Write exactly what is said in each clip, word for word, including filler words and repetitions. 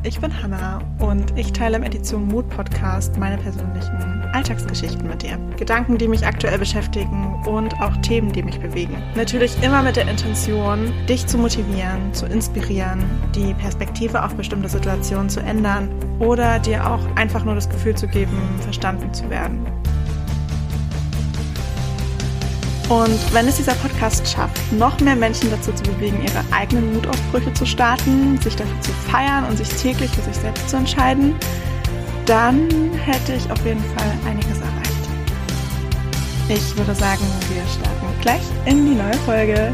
ich bin Hannah und ich teile im Edition Mut Podcast meine persönlichen Alltagsgeschichten mit dir. Gedanken, die mich aktuell beschäftigen und auch Themen, die mich bewegen. Natürlich immer mit der Intention, dich zu motivieren, zu inspirieren, die Perspektive auf bestimmte Situationen zu ändern oder dir auch einfach nur das Gefühl zu geben, verstanden zu werden. Und wenn es dieser Podcast schafft, noch mehr Menschen dazu zu bewegen, ihre eigenen Mutausbrüche zu starten, sich dafür zu feiern und sich täglich für sich selbst zu entscheiden, dann hätte ich auf jeden Fall einiges erreicht. Ich würde sagen, wir starten gleich in die neue Folge.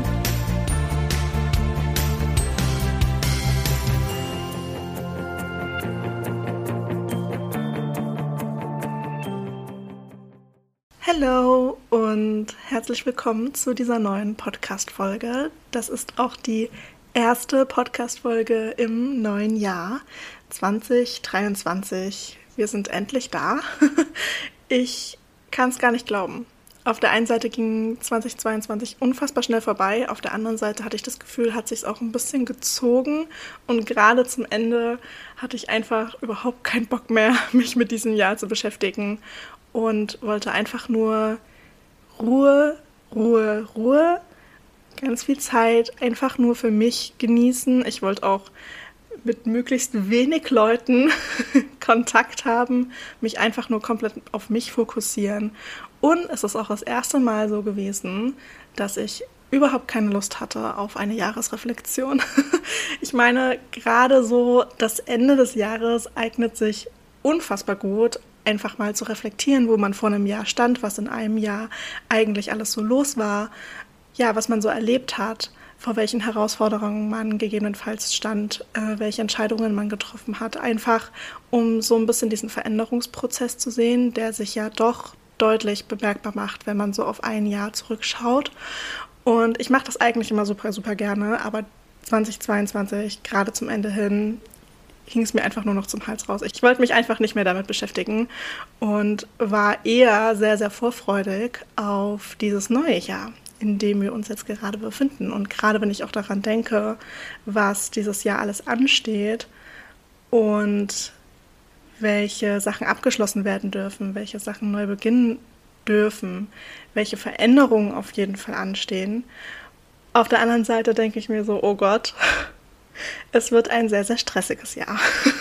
Hallo und herzlich willkommen zu dieser neuen Podcast-Folge. Das ist auch die erste Podcast-Folge im neuen Jahr zwanzig dreiundzwanzig. Wir sind endlich da. Ich kann es gar nicht glauben. Auf der einen Seite ging zwanzig zweiundzwanzig unfassbar schnell vorbei, auf der anderen Seite hatte ich das Gefühl, hat sich auch ein bisschen gezogen und gerade zum Ende hatte ich einfach überhaupt keinen Bock mehr, mich mit diesem Jahr zu beschäftigen. Und wollte einfach nur Ruhe, Ruhe, Ruhe, ganz viel Zeit, einfach nur für mich genießen. Ich wollte auch mit möglichst wenig Leuten Kontakt haben, mich einfach nur komplett auf mich fokussieren. Und es ist auch das erste Mal so gewesen, dass ich überhaupt keine Lust hatte auf eine Jahresreflexion. Ich meine, gerade so das Ende des Jahres eignet sich unfassbar gut, einfach mal zu reflektieren, wo man vor einem Jahr stand, was in einem Jahr eigentlich alles so los war, ja, was man so erlebt hat, vor welchen Herausforderungen man gegebenenfalls stand, äh, welche Entscheidungen man getroffen hat, einfach um so ein bisschen diesen Veränderungsprozess zu sehen, der sich ja doch deutlich bemerkbar macht, wenn man so auf ein Jahr zurückschaut. Und ich mache das eigentlich immer super, super gerne, aber zwanzig zweiundzwanzig, gerade zum Ende hin, hing es mir einfach nur noch zum Hals raus. Ich wollte mich einfach nicht mehr damit beschäftigen und war eher sehr, sehr vorfreudig auf dieses neue Jahr, in dem wir uns jetzt gerade befinden. Und gerade wenn ich auch daran denke, was dieses Jahr alles ansteht und welche Sachen abgeschlossen werden dürfen, welche Sachen neu beginnen dürfen, welche Veränderungen auf jeden Fall anstehen. Auf der anderen Seite denke ich mir so, oh Gott, es wird ein sehr, sehr stressiges Jahr.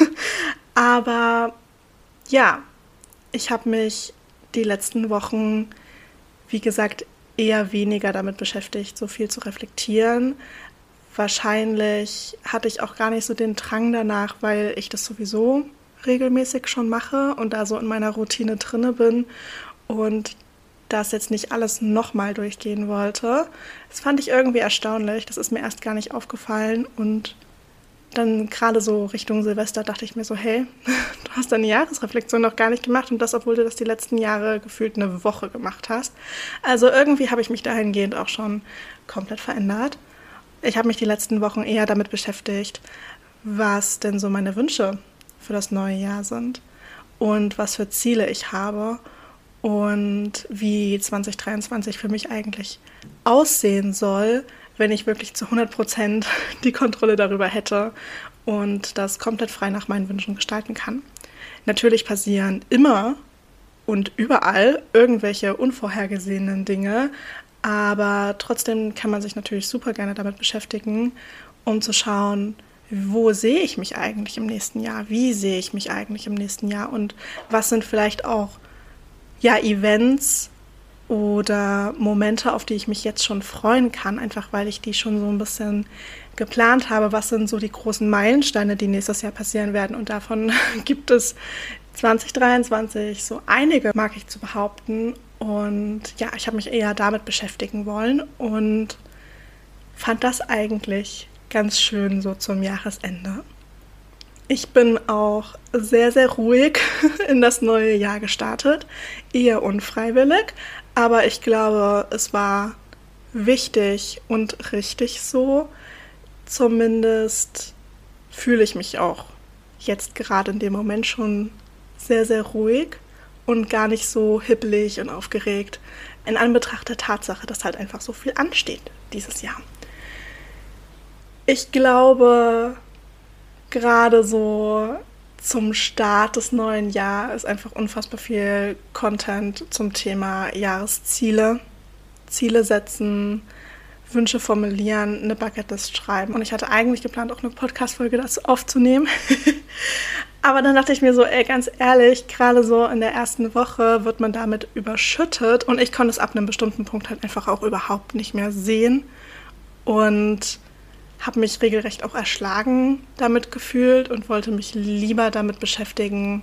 Aber ja, ich habe mich die letzten Wochen, wie gesagt, eher weniger damit beschäftigt, so viel zu reflektieren. Wahrscheinlich hatte ich auch gar nicht so den Drang danach, weil ich das sowieso regelmäßig schon mache und da so in meiner Routine drinne bin und das jetzt nicht alles nochmal durchgehen wollte. Das fand ich irgendwie erstaunlich. Das ist mir erst gar nicht aufgefallen und dann gerade so Richtung Silvester dachte ich mir so, hey, du hast deine Jahresreflexion noch gar nicht gemacht und das, obwohl du das die letzten Jahre gefühlt eine Woche gemacht hast. Also irgendwie habe ich mich dahingehend auch schon komplett verändert. Ich habe mich die letzten Wochen eher damit beschäftigt, was denn so meine Wünsche für das neue Jahr sind und was für Ziele ich habe und wie zwanzig dreiundzwanzig für mich eigentlich aussehen soll, wenn ich wirklich zu hundert Prozent die Kontrolle darüber hätte und das komplett frei nach meinen Wünschen gestalten kann. Natürlich passieren immer und überall irgendwelche unvorhergesehenen Dinge, aber trotzdem kann man sich natürlich super gerne damit beschäftigen, um zu schauen, wo sehe ich mich eigentlich im nächsten Jahr, wie sehe ich mich eigentlich im nächsten Jahr und was sind vielleicht auch ja, Events oder Momente, auf die ich mich jetzt schon freuen kann, einfach weil ich die schon so ein bisschen geplant habe. Was sind so die großen Meilensteine, die nächstes Jahr passieren werden? Und davon gibt es zwanzig dreiundzwanzig so einige, mag ich zu behaupten. Und ja, ich habe mich eher damit beschäftigen wollen und fand das eigentlich ganz schön so zum Jahresende. Ich bin auch sehr, sehr ruhig in das neue Jahr gestartet, eher unfreiwillig, aber ich glaube, es war wichtig und richtig so. Zumindest fühle ich mich auch jetzt gerade in dem Moment schon sehr, sehr ruhig und gar nicht so hibbelig und aufgeregt in Anbetracht der Tatsache, dass halt einfach so viel ansteht dieses Jahr. Ich glaube, gerade so zum Start des neuen Jahres ist einfach unfassbar viel Content zum Thema Jahresziele, Ziele setzen, Wünsche formulieren, eine Bucketlist schreiben. Und ich hatte eigentlich geplant, auch eine Podcast-Folge dazu aufzunehmen. Aber dann dachte ich mir so, ey, ganz ehrlich, gerade so in der ersten Woche wird man damit überschüttet. Und ich konnte es ab einem bestimmten Punkt halt einfach auch überhaupt nicht mehr sehen. Und habe mich regelrecht auch erschlagen damit gefühlt und wollte mich lieber damit beschäftigen,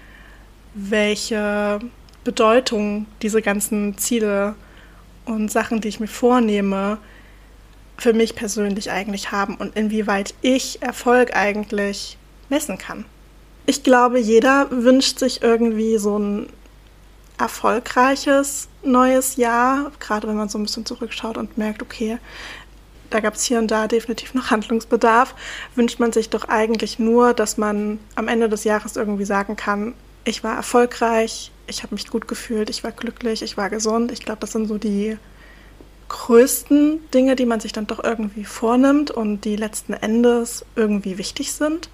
welche Bedeutung diese ganzen Ziele und Sachen, die ich mir vornehme, für mich persönlich eigentlich haben und inwieweit ich Erfolg eigentlich messen kann. Ich glaube, jeder wünscht sich irgendwie so ein erfolgreiches neues Jahr, gerade wenn man so ein bisschen zurückschaut und merkt, okay, da gab es hier und da definitiv noch Handlungsbedarf, wünscht man sich doch eigentlich nur, dass man am Ende des Jahres irgendwie sagen kann, ich war erfolgreich, ich habe mich gut gefühlt, ich war glücklich, ich war gesund. Ich glaube, das sind so die größten Dinge, die man sich dann doch irgendwie vornimmt und die letzten Endes irgendwie wichtig sind.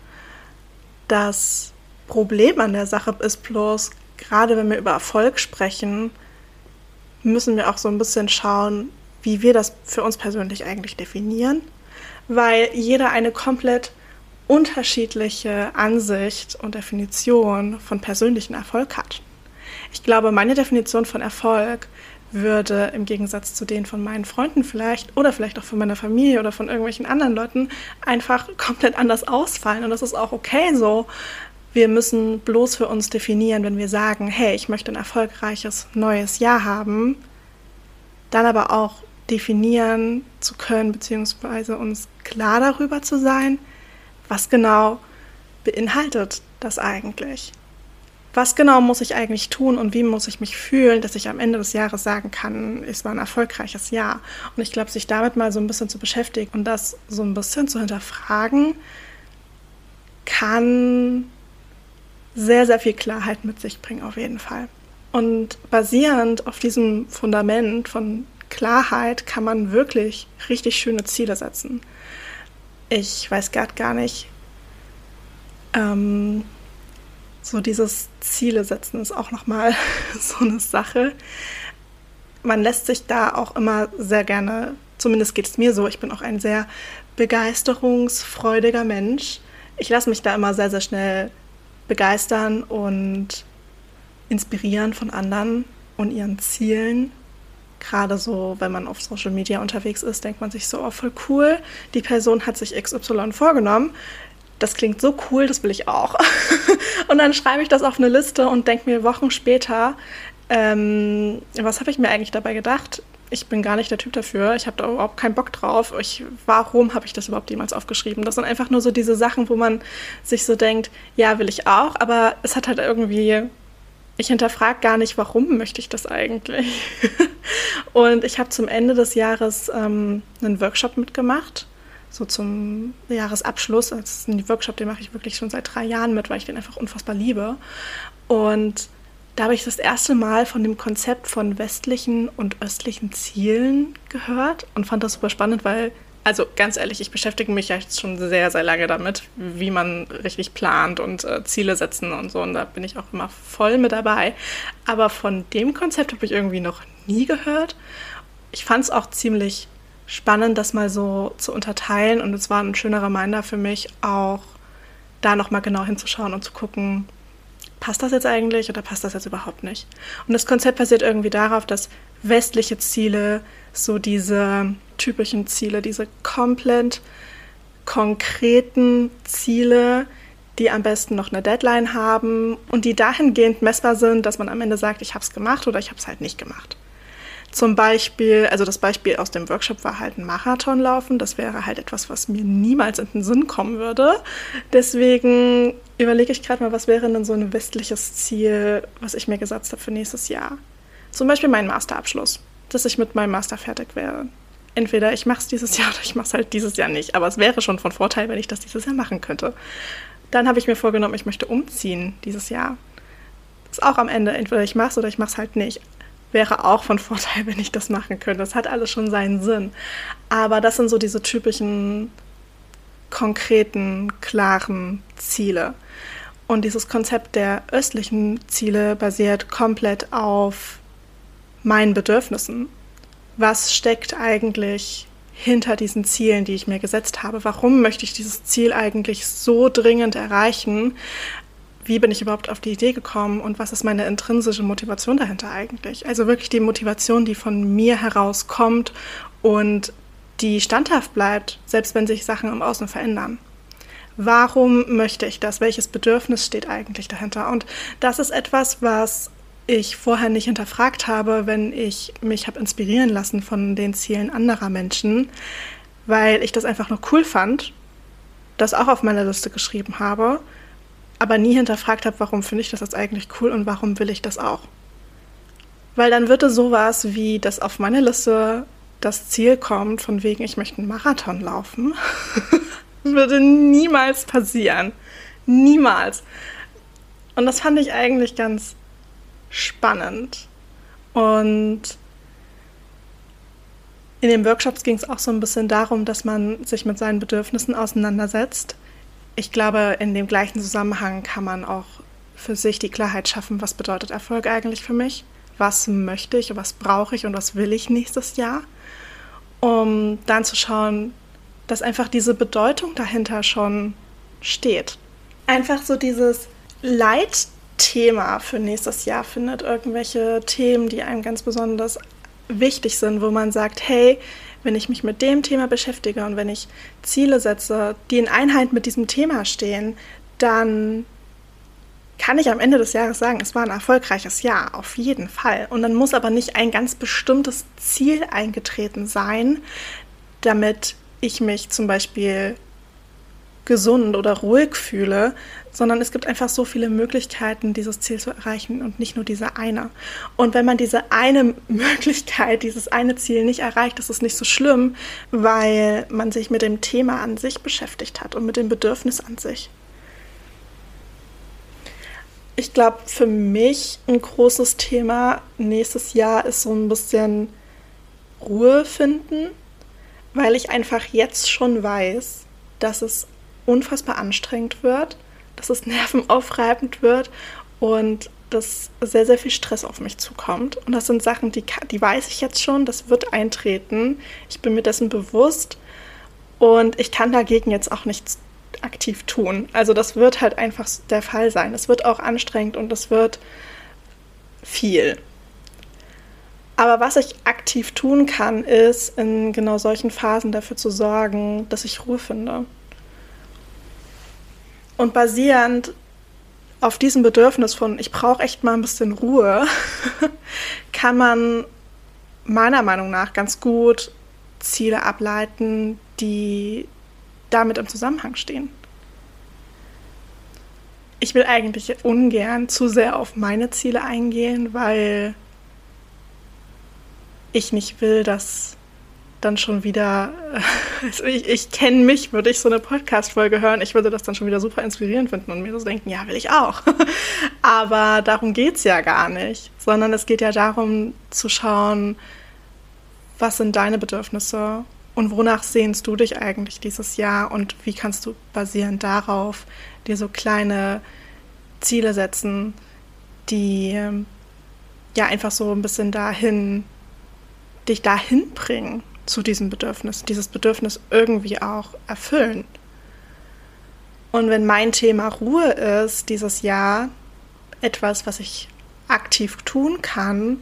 Das Problem an der Sache ist bloß, gerade wenn wir über Erfolg sprechen, müssen wir auch so ein bisschen schauen, wie wir das für uns persönlich eigentlich definieren, weil jeder eine komplett unterschiedliche Ansicht und Definition von persönlichem Erfolg hat. Ich glaube, meine Definition von Erfolg würde im Gegensatz zu denen von meinen Freunden vielleicht oder vielleicht auch von meiner Familie oder von irgendwelchen anderen Leuten einfach komplett anders ausfallen. Und das ist auch okay so. Wir müssen bloß für uns definieren, wenn wir sagen, hey, ich möchte ein erfolgreiches neues Jahr haben, dann aber auch definieren zu können, beziehungsweise uns klar darüber zu sein, was genau beinhaltet das eigentlich? Was genau muss ich eigentlich tun und wie muss ich mich fühlen, dass ich am Ende des Jahres sagen kann, es war ein erfolgreiches Jahr. Und ich glaube, sich damit mal so ein bisschen zu beschäftigen und das so ein bisschen zu hinterfragen, kann sehr, sehr viel Klarheit mit sich bringen, auf jeden Fall. Und basierend auf diesem Fundament von Klarheit kann man wirklich richtig schöne Ziele setzen. Ich weiß gerade gar nicht, ähm, so dieses Ziele setzen ist auch nochmal so eine Sache. Man lässt sich da auch immer sehr gerne, zumindest geht es mir so, ich bin auch ein sehr begeisterungsfreudiger Mensch. Ich lasse mich da immer sehr, sehr schnell begeistern und inspirieren von anderen und ihren Zielen. Gerade so, wenn man auf Social Media unterwegs ist, denkt man sich so, oh, voll cool, die Person hat sich X Y vorgenommen. Das klingt so cool, das will ich auch. Und dann schreibe ich das auf eine Liste und denke mir Wochen später, ähm, was habe ich mir eigentlich dabei gedacht? Ich bin gar nicht der Typ dafür, ich habe da überhaupt keinen Bock drauf. Ich, warum habe ich das überhaupt jemals aufgeschrieben? Das sind einfach nur so diese Sachen, wo man sich so denkt, ja, will ich auch, aber es hat halt irgendwie... Ich hinterfrage gar nicht, warum möchte ich das eigentlich. Und ich habe zum Ende des Jahres ähm, einen Workshop mitgemacht, so zum Jahresabschluss. Das ist ein Workshop, den mache ich wirklich schon seit drei Jahren mit, weil ich den einfach unfassbar liebe. Und da habe ich das erste Mal von dem Konzept von westlichen und östlichen Zielen gehört und fand das super spannend, weil, also ganz ehrlich, ich beschäftige mich ja jetzt schon sehr, sehr lange damit, wie man richtig plant und äh, Ziele setzen und so. Und da bin ich auch immer voll mit dabei. Aber von dem Konzept habe ich irgendwie noch nie gehört. Ich fand es auch ziemlich spannend, das mal so zu unterteilen. Und es war ein schöner Reminder für mich, auch da nochmal genau hinzuschauen und zu gucken, passt das jetzt eigentlich oder passt das jetzt überhaupt nicht? Und das Konzept basiert irgendwie darauf, dass westliche Ziele, so diese typischen Ziele, diese komplett konkreten Ziele, die am besten noch eine Deadline haben und die dahingehend messbar sind, dass man am Ende sagt, ich habe es gemacht oder ich habe es halt nicht gemacht. Zum Beispiel, also das Beispiel aus dem Workshop war halt ein Marathon laufen. Das wäre halt etwas, was mir niemals in den Sinn kommen würde. Deswegen überlege ich gerade mal, was wäre denn so ein westliches Ziel, was ich mir gesetzt habe für nächstes Jahr. Zum Beispiel meinen Masterabschluss, dass ich mit meinem Master fertig wäre. Entweder ich mache es dieses Jahr oder ich mache es halt dieses Jahr nicht. Aber es wäre schon von Vorteil, wenn ich das dieses Jahr machen könnte. Dann habe ich mir vorgenommen, ich möchte umziehen dieses Jahr. Ist auch am Ende, entweder ich mache es oder ich mache es halt nicht. Wäre auch von Vorteil, wenn ich das machen könnte. Das hat alles schon seinen Sinn. Aber das sind so diese typischen konkreten, klaren Ziele. Und dieses Konzept der östlichen Ziele basiert komplett auf meinen Bedürfnissen. Was steckt eigentlich hinter diesen Zielen, die ich mir gesetzt habe? Warum möchte ich dieses Ziel eigentlich so dringend erreichen? Wie bin ich überhaupt auf die Idee gekommen und was ist meine intrinsische Motivation dahinter eigentlich? Also wirklich die Motivation, die von mir herauskommt und die standhaft bleibt, selbst wenn sich Sachen im Außen verändern. Warum möchte ich das? Welches Bedürfnis steht eigentlich dahinter? Und das ist etwas, was ich vorher nicht hinterfragt habe, wenn ich mich habe inspirieren lassen von den Zielen anderer Menschen, weil ich das einfach nur cool fand, das auch auf meiner Liste geschrieben habe, aber nie hinterfragt habe, warum finde ich das jetzt eigentlich cool und warum will ich das auch. Weil dann würde sowas wie, dass auf meine Liste das Ziel kommt, von wegen, ich möchte einen Marathon laufen, würde niemals passieren. Niemals. Und das fand ich eigentlich ganz spannend. Und in den Workshops ging es auch so ein bisschen darum, dass man sich mit seinen Bedürfnissen auseinandersetzt. Ich glaube, in dem gleichen Zusammenhang kann man auch für sich die Klarheit schaffen, was bedeutet Erfolg eigentlich für mich? Was möchte ich, was brauche ich und was will ich nächstes Jahr? Um dann zu schauen, dass einfach diese Bedeutung dahinter schon steht. Einfach so dieses Leitthema für nächstes Jahr findet, irgendwelche Themen, die einem ganz besonders wichtig sind, wo man sagt, hey, wenn ich mich mit dem Thema beschäftige und wenn ich Ziele setze, die in Einheit mit diesem Thema stehen, dann kann ich am Ende des Jahres sagen, es war ein erfolgreiches Jahr, auf jeden Fall. Und dann muss aber nicht ein ganz bestimmtes Ziel eingetreten sein, damit ich mich zum Beispiel gesund oder ruhig fühle, sondern es gibt einfach so viele Möglichkeiten, dieses Ziel zu erreichen und nicht nur diese eine. Und wenn man diese eine Möglichkeit, dieses eine Ziel nicht erreicht, ist es nicht so schlimm, weil man sich mit dem Thema an sich beschäftigt hat und mit dem Bedürfnis an sich. Ich glaube, für mich ein großes Thema nächstes Jahr ist so ein bisschen Ruhe finden, weil ich einfach jetzt schon weiß, dass es unfassbar anstrengend wird, dass es nervenaufreibend wird und dass sehr, sehr viel Stress auf mich zukommt. Und das sind Sachen, die, die weiß ich jetzt schon, das wird eintreten. Ich bin mir dessen bewusst und ich kann dagegen jetzt auch nichts aktiv tun. Also das wird halt einfach der Fall sein. Es wird auch anstrengend und es wird viel. Aber was ich aktiv tun kann, ist, in genau solchen Phasen dafür zu sorgen, dass ich Ruhe finde. Und basierend auf diesem Bedürfnis von, ich brauche echt mal ein bisschen Ruhe, kann man meiner Meinung nach ganz gut Ziele ableiten, die damit im Zusammenhang stehen. Ich will eigentlich ungern zu sehr auf meine Ziele eingehen, weil ich nicht will, dass dann schon wieder, also ich, ich kenne mich, würde ich so eine Podcast-Folge hören, ich würde das dann schon wieder super inspirierend finden und mir so denken, ja, will ich auch. Aber darum geht es ja gar nicht, sondern es geht ja darum zu schauen, was sind deine Bedürfnisse und wonach sehnst du dich eigentlich dieses Jahr und wie kannst du basierend darauf dir so kleine Ziele setzen, die ja einfach so ein bisschen dahin dich dahin bringen zu diesem Bedürfnis, dieses Bedürfnis irgendwie auch erfüllen. Und wenn mein Thema Ruhe ist, dieses Jahr etwas, was ich aktiv tun kann,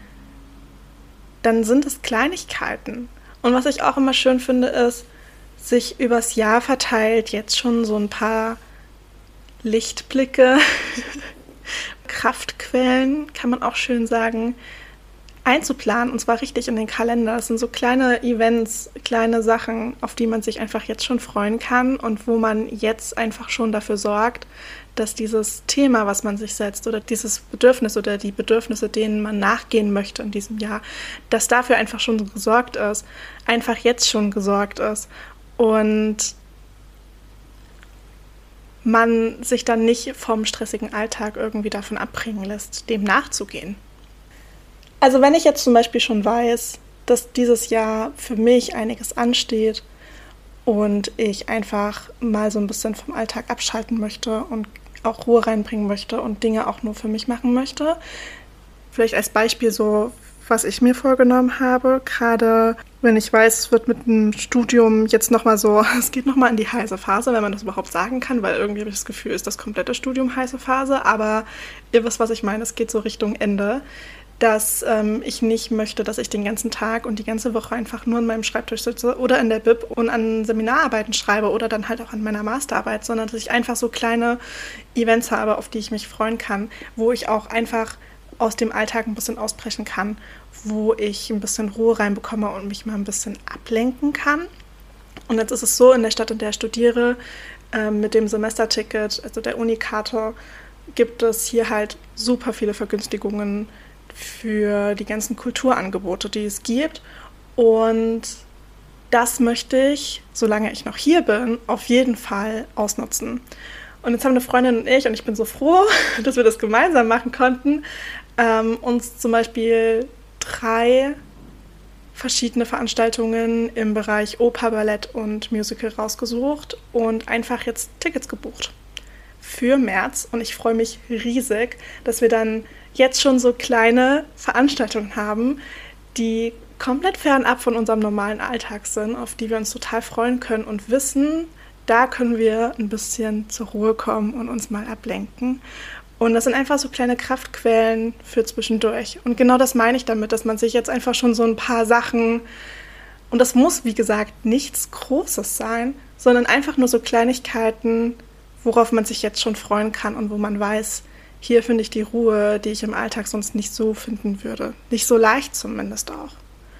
dann sind es Kleinigkeiten. Und was ich auch immer schön finde, ist, sich übers Jahr verteilt jetzt schon so ein paar Lichtblicke, Kraftquellen, kann man auch schön sagen, einzuplanen, und zwar richtig in den Kalender. Das sind so kleine Events, kleine Sachen, auf die man sich einfach jetzt schon freuen kann und wo man jetzt einfach schon dafür sorgt, dass dieses Thema, was man sich setzt oder dieses Bedürfnis oder die Bedürfnisse, denen man nachgehen möchte in diesem Jahr, dass dafür einfach schon gesorgt ist, einfach jetzt schon gesorgt ist und man sich dann nicht vom stressigen Alltag irgendwie davon abbringen lässt, dem nachzugehen. Also wenn ich jetzt zum Beispiel schon weiß, dass dieses Jahr für mich einiges ansteht und ich einfach mal so ein bisschen vom Alltag abschalten möchte und auch Ruhe reinbringen möchte und Dinge auch nur für mich machen möchte. Vielleicht als Beispiel so, was ich mir vorgenommen habe, gerade wenn ich weiß, es wird mit dem Studium jetzt nochmal so, es geht nochmal in die heiße Phase, wenn man das überhaupt sagen kann, weil irgendwie habe ich das Gefühl, ist das komplette Studium heiße Phase, aber ihr wisst, was ich meine, es geht so Richtung Ende, dass ähm, ich nicht möchte, dass ich den ganzen Tag und die ganze Woche einfach nur an meinem Schreibtisch sitze oder in der Bib und an Seminararbeiten schreibe oder dann halt auch an meiner Masterarbeit, sondern dass ich einfach so kleine Events habe, auf die ich mich freuen kann, wo ich auch einfach aus dem Alltag ein bisschen ausbrechen kann, wo ich ein bisschen Ruhe reinbekomme und mich mal ein bisschen ablenken kann. Und jetzt ist es so, in der Stadt, in der ich studiere, äh, mit dem Semesterticket, also der Unikarte, gibt es hier halt super viele Vergünstigungen für die ganzen Kulturangebote, die es gibt. Und das möchte ich, solange ich noch hier bin, auf jeden Fall ausnutzen. Und jetzt haben eine Freundin und ich, und ich bin so froh, dass wir das gemeinsam machen konnten, ähm, uns zum Beispiel drei verschiedene Veranstaltungen im Bereich Oper, Ballett und Musical rausgesucht und einfach jetzt Tickets gebucht für März. Und ich freue mich riesig, dass wir dann jetzt schon so kleine Veranstaltungen haben, die komplett fernab von unserem normalen Alltag sind, auf die wir uns total freuen können und wissen, da können wir ein bisschen zur Ruhe kommen und uns mal ablenken. Und das sind einfach so kleine Kraftquellen für zwischendurch. Und genau das meine ich damit, dass man sich jetzt einfach schon so ein paar Sachen, und das muss, wie gesagt, nichts Großes sein, sondern einfach nur so Kleinigkeiten, worauf man sich jetzt schon freuen kann und wo man weiß, hier finde ich die Ruhe, die ich im Alltag sonst nicht so finden würde. Nicht so leicht zumindest auch.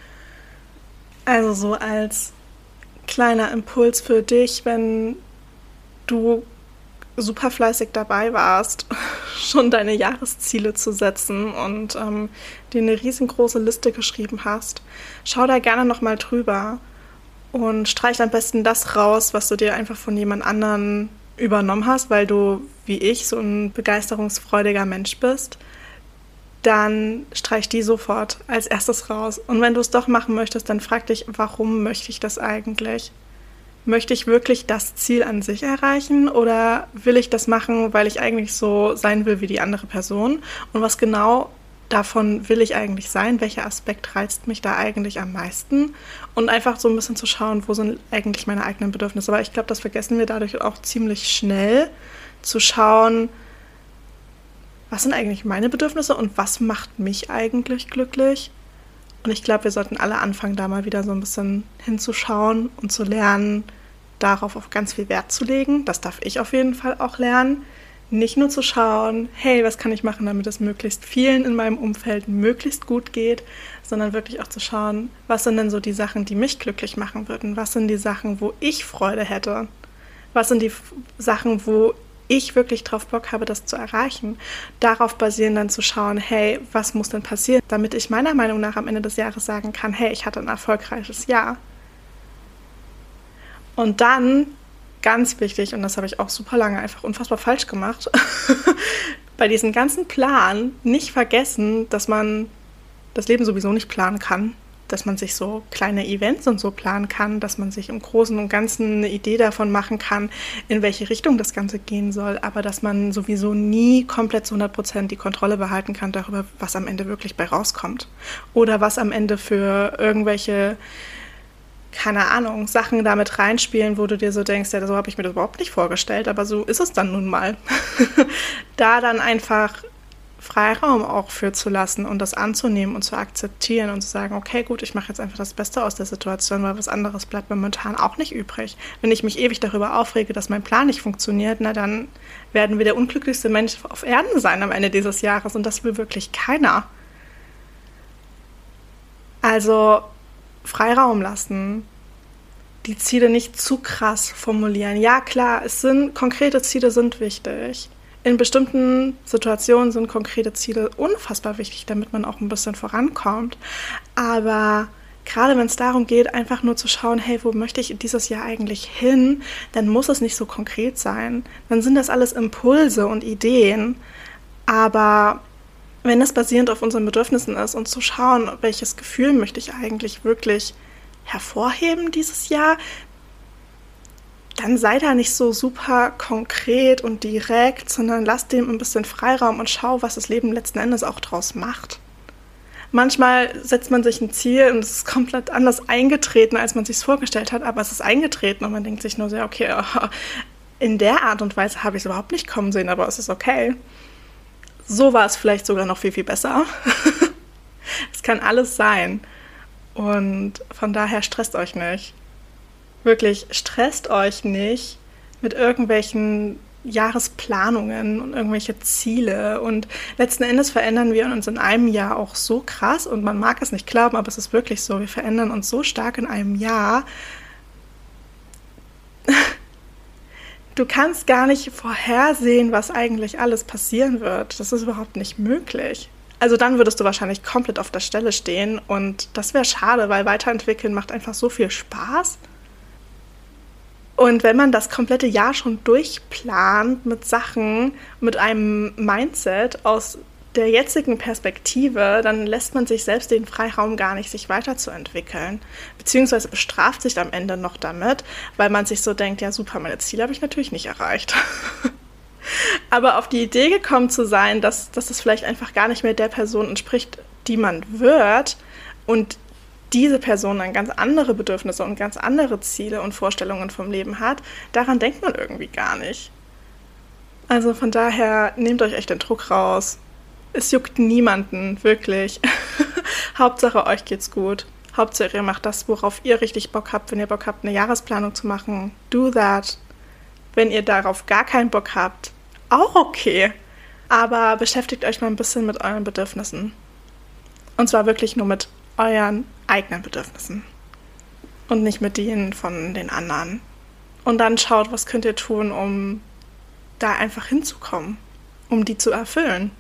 Also so als kleiner Impuls für dich, wenn du super fleißig dabei warst, schon deine Jahresziele zu setzen und ähm, dir eine riesengroße Liste geschrieben hast, schau da gerne nochmal drüber und streich am besten das raus, was du dir einfach von jemand anderen übernommen hast, weil du, wie ich, so ein begeisterungsfreudiger Mensch bist. Dann streich die sofort als erstes raus. Und wenn du es doch machen möchtest, dann frag dich, warum möchte ich das eigentlich? Möchte ich wirklich das Ziel an sich erreichen oder will ich das machen, weil ich eigentlich so sein will wie die andere Person? Und was genau davon will ich eigentlich sein? Welcher Aspekt reizt mich da eigentlich am meisten? Und einfach so ein bisschen zu schauen, wo sind eigentlich meine eigenen Bedürfnisse. Aber ich glaube, das vergessen wir dadurch auch ziemlich schnell, zu schauen, was sind eigentlich meine Bedürfnisse und was macht mich eigentlich glücklich? Und ich glaube, wir sollten alle anfangen, da mal wieder so ein bisschen hinzuschauen und zu lernen, darauf auch ganz viel Wert zu legen. Das darf ich auf jeden Fall auch lernen. Nicht nur zu schauen, hey, was kann ich machen, damit es möglichst vielen in meinem Umfeld möglichst gut geht, sondern wirklich auch zu schauen, was sind denn so die Sachen, die mich glücklich machen würden? Was sind die Sachen, wo ich Freude hätte? Was sind die Sachen, wo ich wirklich drauf Bock habe, das zu erreichen? Darauf basieren dann zu schauen, hey, was muss denn passieren, damit ich meiner Meinung nach am Ende des Jahres sagen kann, hey, ich hatte ein erfolgreiches Jahr. Und dann, ganz wichtig, und das habe ich auch super lange einfach unfassbar falsch gemacht, bei diesem ganzen Plan nicht vergessen, dass man das Leben sowieso nicht planen kann, dass man sich so kleine Events und so planen kann, dass man sich im Großen und Ganzen eine Idee davon machen kann, in welche Richtung das Ganze gehen soll, aber dass man sowieso nie komplett zu hundert Prozent die Kontrolle behalten kann darüber, was am Ende wirklich bei rauskommt. Oder was am Ende für irgendwelche, keine Ahnung, Sachen damit reinspielen, wo du dir so denkst, ja, so habe ich mir das überhaupt nicht vorgestellt, aber so ist es dann nun mal. Da dann einfach Freiraum auch für zu lassen und das anzunehmen und zu akzeptieren und zu sagen, okay, gut, ich mache jetzt einfach das Beste aus der Situation, weil was anderes bleibt momentan auch nicht übrig. Wenn ich mich ewig darüber aufrege, dass mein Plan nicht funktioniert, na dann werden wir der unglücklichste Mensch auf Erden sein am Ende dieses Jahres und das will wirklich keiner. Also Freiraum lassen, die Ziele nicht zu krass formulieren. Ja, klar, es sind konkrete Ziele sind wichtig. In bestimmten Situationen sind konkrete Ziele unfassbar wichtig, damit man auch ein bisschen vorankommt. Aber gerade wenn es darum geht, einfach nur zu schauen, hey, wo möchte ich dieses Jahr eigentlich hin, dann muss es nicht so konkret sein. Dann sind das alles Impulse und Ideen. Aber wenn es basierend auf unseren Bedürfnissen ist und zu schauen, welches Gefühl möchte ich eigentlich wirklich hervorheben dieses Jahr, dann sei da nicht so super konkret und direkt, sondern lass dem ein bisschen Freiraum und schau, was das Leben letzten Endes auch draus macht. Manchmal setzt man sich ein Ziel und es ist komplett anders eingetreten, als man sich es vorgestellt hat, aber es ist eingetreten und man denkt sich nur so, okay, in der Art und Weise habe ich es überhaupt nicht kommen sehen, aber es ist okay. So war es vielleicht sogar noch viel, viel besser. Es kann alles sein. Und von daher stresst euch nicht. Wirklich, stresst euch nicht mit irgendwelchen Jahresplanungen und irgendwelche Ziele. Und letzten Endes verändern wir uns in einem Jahr auch so krass. Und man mag es nicht glauben, aber es ist wirklich so. Wir verändern uns so stark in einem Jahr. Du kannst gar nicht vorhersehen, was eigentlich alles passieren wird. Das ist überhaupt nicht möglich. Also dann würdest du wahrscheinlich komplett auf der Stelle stehen. Und das wäre schade, weil Weiterentwickeln macht einfach so viel Spaß. Und wenn man das komplette Jahr schon durchplant mit Sachen, mit einem Mindset aus der jetzigen Perspektive, dann lässt man sich selbst den Freiraum gar nicht, sich weiterzuentwickeln. Beziehungsweise bestraft sich am Ende noch damit, weil man sich so denkt, ja super, meine Ziele habe ich natürlich nicht erreicht. Aber auf die Idee gekommen zu sein, dass, dass das vielleicht einfach gar nicht mehr der Person entspricht, die man wird und diese Person dann ganz andere Bedürfnisse und ganz andere Ziele und Vorstellungen vom Leben hat, daran denkt man irgendwie gar nicht. Also von daher, nehmt euch echt den Druck raus. Es juckt niemanden, wirklich. Hauptsache, euch geht's gut. Hauptsache, ihr macht das, worauf ihr richtig Bock habt. Wenn ihr Bock habt, eine Jahresplanung zu machen, do that. Wenn ihr darauf gar keinen Bock habt, auch okay. Aber beschäftigt euch mal ein bisschen mit euren Bedürfnissen. Und zwar wirklich nur mit euren eigenen Bedürfnissen und nicht mit denen von den anderen. Und dann schaut, was könnt ihr tun, um da einfach hinzukommen, um die zu erfüllen.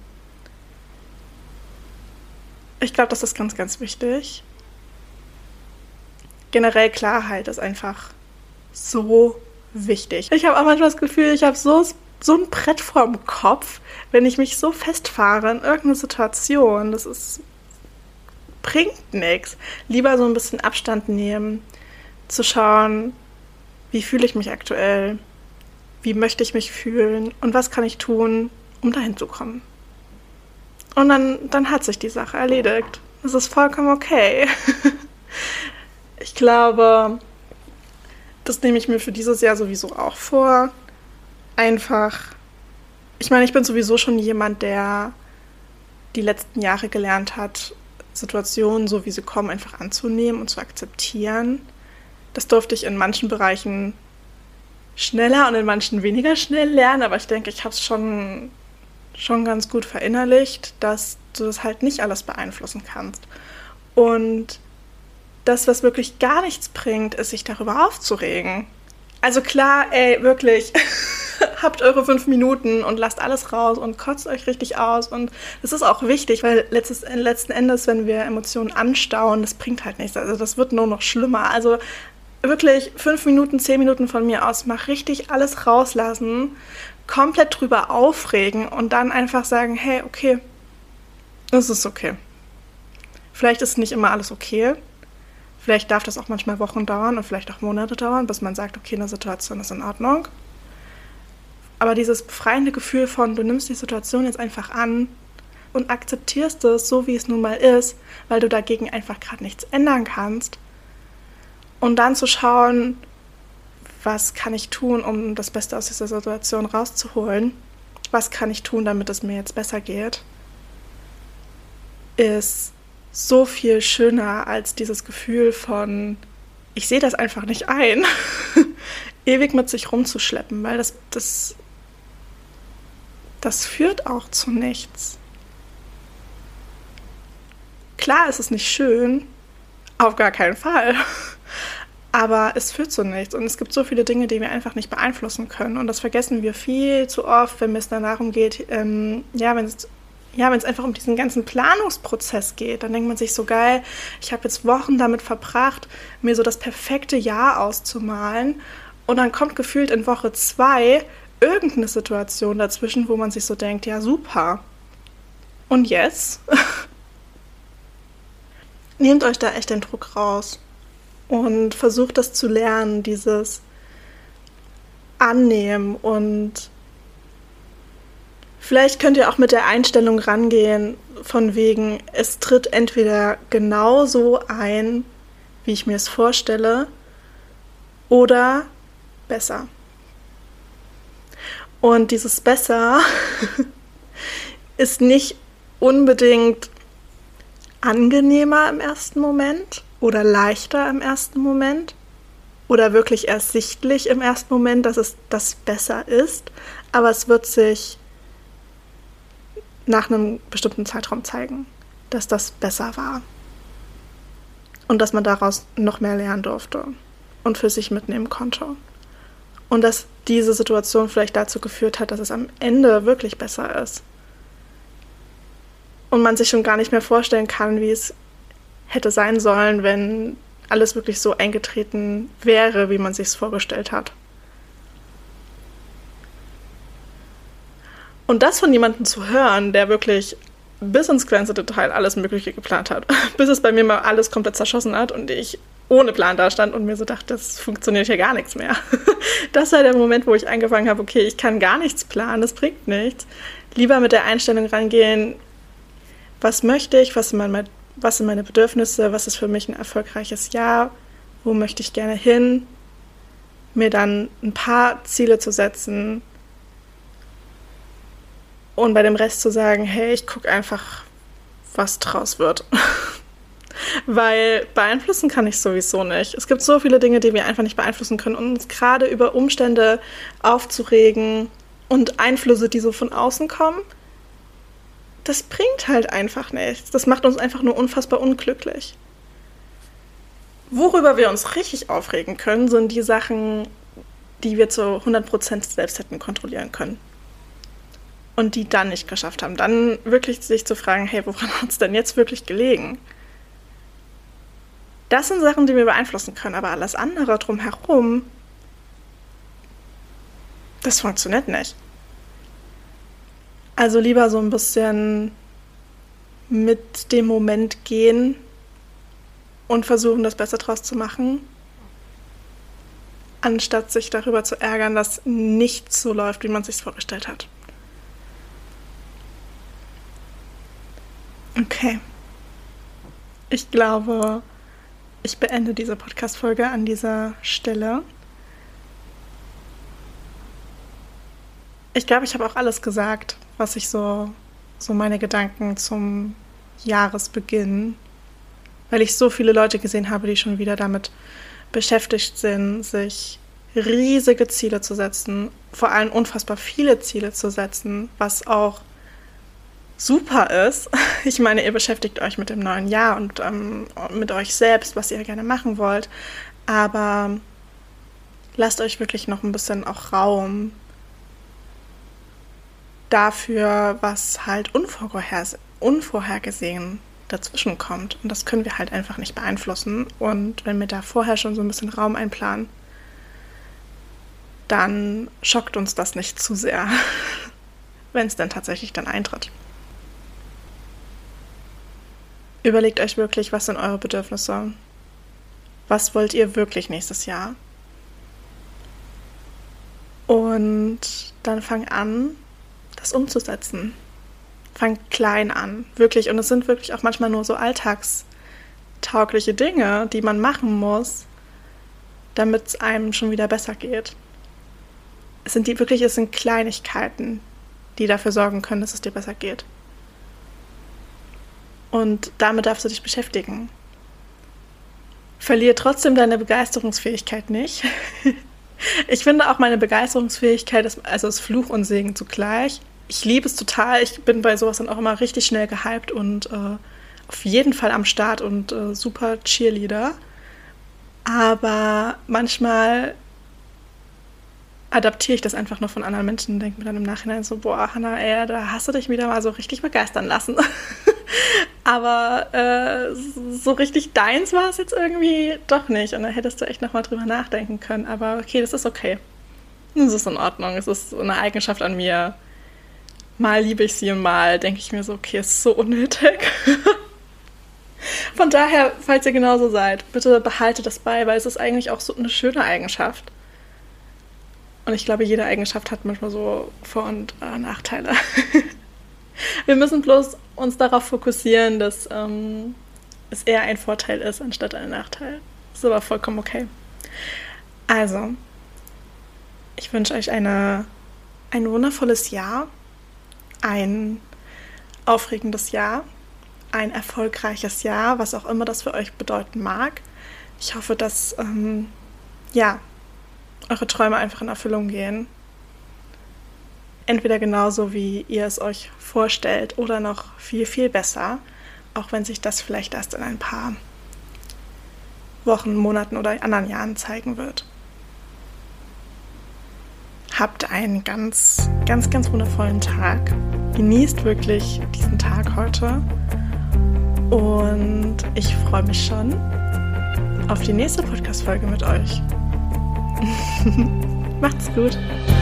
Ich glaube, das ist ganz, ganz wichtig. Generell Klarheit ist einfach so wichtig. Ich habe auch manchmal das Gefühl, ich habe so, so ein Brett vorm Kopf, wenn ich mich so festfahre in irgendeine Situation. Das ist bringt nichts. Lieber so ein bisschen Abstand nehmen, zu schauen, wie fühle ich mich aktuell, wie möchte ich mich fühlen und was kann ich tun, um dahin zu kommen. Und dann, dann hat sich die Sache erledigt. Das ist vollkommen okay. Ich glaube, das nehme ich mir für dieses Jahr sowieso auch vor. Einfach, ich meine, ich bin sowieso schon jemand, der die letzten Jahre gelernt hat, Situationen, so wie sie kommen, einfach anzunehmen und zu akzeptieren. Das durfte ich in manchen Bereichen schneller und in manchen weniger schnell lernen, aber ich denke, ich habe es schon, schon ganz gut verinnerlicht, dass du das halt nicht alles beeinflussen kannst. Und das, was wirklich gar nichts bringt, ist, sich darüber aufzuregen. Also klar, ey, wirklich, habt eure fünf Minuten und lasst alles raus und kotzt euch richtig aus. Und das ist auch wichtig, weil letztes, letzten Endes, wenn wir Emotionen anstauen, das bringt halt nichts. Also das wird nur noch schlimmer. Also wirklich fünf Minuten, zehn Minuten von mir aus, mach richtig alles rauslassen, komplett drüber aufregen und dann einfach sagen, hey, okay, es ist okay. Vielleicht ist nicht immer alles okay. Vielleicht darf das auch manchmal Wochen dauern und vielleicht auch Monate dauern, bis man sagt, okay, eine Situation ist in Ordnung. Aber dieses befreiende Gefühl von, du nimmst die Situation jetzt einfach an und akzeptierst es so, wie es nun mal ist, weil du dagegen einfach gerade nichts ändern kannst. Und dann zu schauen, was kann ich tun, um das Beste aus dieser Situation rauszuholen? Was kann ich tun, damit es mir jetzt besser geht? Ist so viel schöner als dieses Gefühl von, ich sehe das einfach nicht ein, ewig mit sich rumzuschleppen, weil das, das, das führt auch zu nichts. Klar ist es nicht schön, auf gar keinen Fall, aber es führt zu nichts und es gibt so viele Dinge, die wir einfach nicht beeinflussen können und das vergessen wir viel zu oft, wenn es dann darum geht, ähm, ja, wenn es Ja, wenn es einfach um diesen ganzen Planungsprozess geht, dann denkt man sich so, geil, ich habe jetzt Wochen damit verbracht, mir so das perfekte Jahr auszumalen und dann kommt gefühlt in Woche zwei irgendeine Situation dazwischen, wo man sich so denkt, ja super. Und jetzt? Nehmt euch da echt den Druck raus und versucht das zu lernen, dieses annehmen und vielleicht könnt ihr auch mit der Einstellung rangehen, von wegen, es tritt entweder genauso ein, wie ich mir es vorstelle, oder besser. Und dieses besser ist nicht unbedingt angenehmer im ersten Moment oder leichter im ersten Moment oder wirklich ersichtlich im ersten Moment, dass es das besser ist, aber es wird sich nach einem bestimmten Zeitraum zeigen, dass das besser war und dass man daraus noch mehr lernen durfte und für sich mitnehmen konnte. Und dass diese Situation vielleicht dazu geführt hat, dass es am Ende wirklich besser ist. Und man sich schon gar nicht mehr vorstellen kann, wie es hätte sein sollen, wenn alles wirklich so eingetreten wäre, wie man sich es vorgestellt hat. Und das von jemandem zu hören, der wirklich bis ins kleinste Detail alles Mögliche geplant hat, bis es bei mir mal alles komplett zerschossen hat und ich ohne Plan da stand und mir so dachte, das funktioniert hier gar nichts mehr. Das war der Moment, wo ich angefangen habe, okay, ich kann gar nichts planen, das bringt nichts. Lieber mit der Einstellung rangehen, was möchte ich, was sind meine, was sind meine Bedürfnisse, was ist für mich ein erfolgreiches Jahr, wo möchte ich gerne hin, mir dann ein paar Ziele zu setzen und bei dem Rest zu sagen, hey, ich gucke einfach, was draus wird. Weil beeinflussen kann ich sowieso nicht. Es gibt so viele Dinge, die wir einfach nicht beeinflussen können. Und uns gerade über Umstände aufzuregen und Einflüsse, die so von außen kommen, das bringt halt einfach nichts. Das macht uns einfach nur unfassbar unglücklich. Worüber wir uns richtig aufregen können, sind die Sachen, die wir zu hundert Prozent selbst hätten kontrollieren können. Und die dann nicht geschafft haben. Dann wirklich sich zu fragen, hey, woran hat es denn jetzt wirklich gelegen? Das sind Sachen, die wir beeinflussen können, aber alles andere drumherum, das funktioniert nicht. Also lieber so ein bisschen mit dem Moment gehen und versuchen, das Beste draus zu machen, anstatt sich darüber zu ärgern, dass nichts so läuft, wie man es sich vorgestellt hat. Okay. Ich glaube, ich beende diese Podcast-Folge an dieser Stelle. Ich glaube, ich habe auch alles gesagt, was ich so, so meine Gedanken zum Jahresbeginn, weil ich so viele Leute gesehen habe, die schon wieder damit beschäftigt sind, sich riesige Ziele zu setzen, vor allem unfassbar viele Ziele zu setzen, was auch super ist. Ich meine, ihr beschäftigt euch mit dem neuen Jahr und ähm, mit euch selbst, was ihr gerne machen wollt, aber lasst euch wirklich noch ein bisschen auch Raum dafür, was halt unvorherges- unvorhergesehen dazwischen kommt. Und das können wir halt einfach nicht beeinflussen. Und wenn wir da vorher schon so ein bisschen Raum einplanen, dann schockt uns das nicht zu sehr, wenn es dann tatsächlich dann eintritt. Überlegt euch wirklich, was sind eure Bedürfnisse? Was wollt ihr wirklich nächstes Jahr? Und dann fang an, das umzusetzen. Fang klein an, wirklich. Und es sind wirklich auch manchmal nur so alltagstaugliche Dinge, die man machen muss, damit es einem schon wieder besser geht. Es sind die wirklich, es sind Kleinigkeiten, die dafür sorgen können, dass es dir besser geht. Und damit darfst du dich beschäftigen. Verlier trotzdem deine Begeisterungsfähigkeit nicht. Ich finde auch meine Begeisterungsfähigkeit ist, also ist Fluch und Segen zugleich. Ich liebe es total. Ich bin bei sowas dann auch immer richtig schnell gehypt und äh, auf jeden Fall am Start und äh, super Cheerleader. Aber manchmal adaptiere ich das einfach nur von anderen Menschen und denke mir dann im Nachhinein so, boah, Hannah, ey, da hast du dich wieder mal so richtig begeistern lassen. Aber äh, so richtig deins war es jetzt irgendwie doch nicht. Und da hättest du echt nochmal drüber nachdenken können. Aber okay, das ist okay. Das ist in Ordnung. Es ist eine Eigenschaft an mir. Mal liebe ich sie und mal denke ich mir so, okay, es ist so unnötig. Von daher, falls ihr genauso seid, bitte behaltet das bei, weil es ist eigentlich auch so eine schöne Eigenschaft. Und ich glaube, jede Eigenschaft hat manchmal so Vor- und äh, Nachteile. Wir müssen bloß uns darauf fokussieren, dass ähm, es eher ein Vorteil ist, anstatt ein Nachteil. Das ist aber vollkommen okay. Also, ich wünsche euch eine, ein wundervolles Jahr, ein aufregendes Jahr, ein erfolgreiches Jahr, was auch immer das für euch bedeuten mag. Ich hoffe, dass ähm, ja, eure Träume einfach in Erfüllung gehen. Entweder genauso, wie ihr es euch vorstellt oder noch viel, viel besser, auch wenn sich das vielleicht erst in ein paar Wochen, Monaten oder anderen Jahren zeigen wird. Habt einen ganz, ganz, ganz wundervollen Tag. Genießt wirklich diesen Tag heute. Und ich freue mich schon auf die nächste Podcast-Folge mit euch. Macht's gut.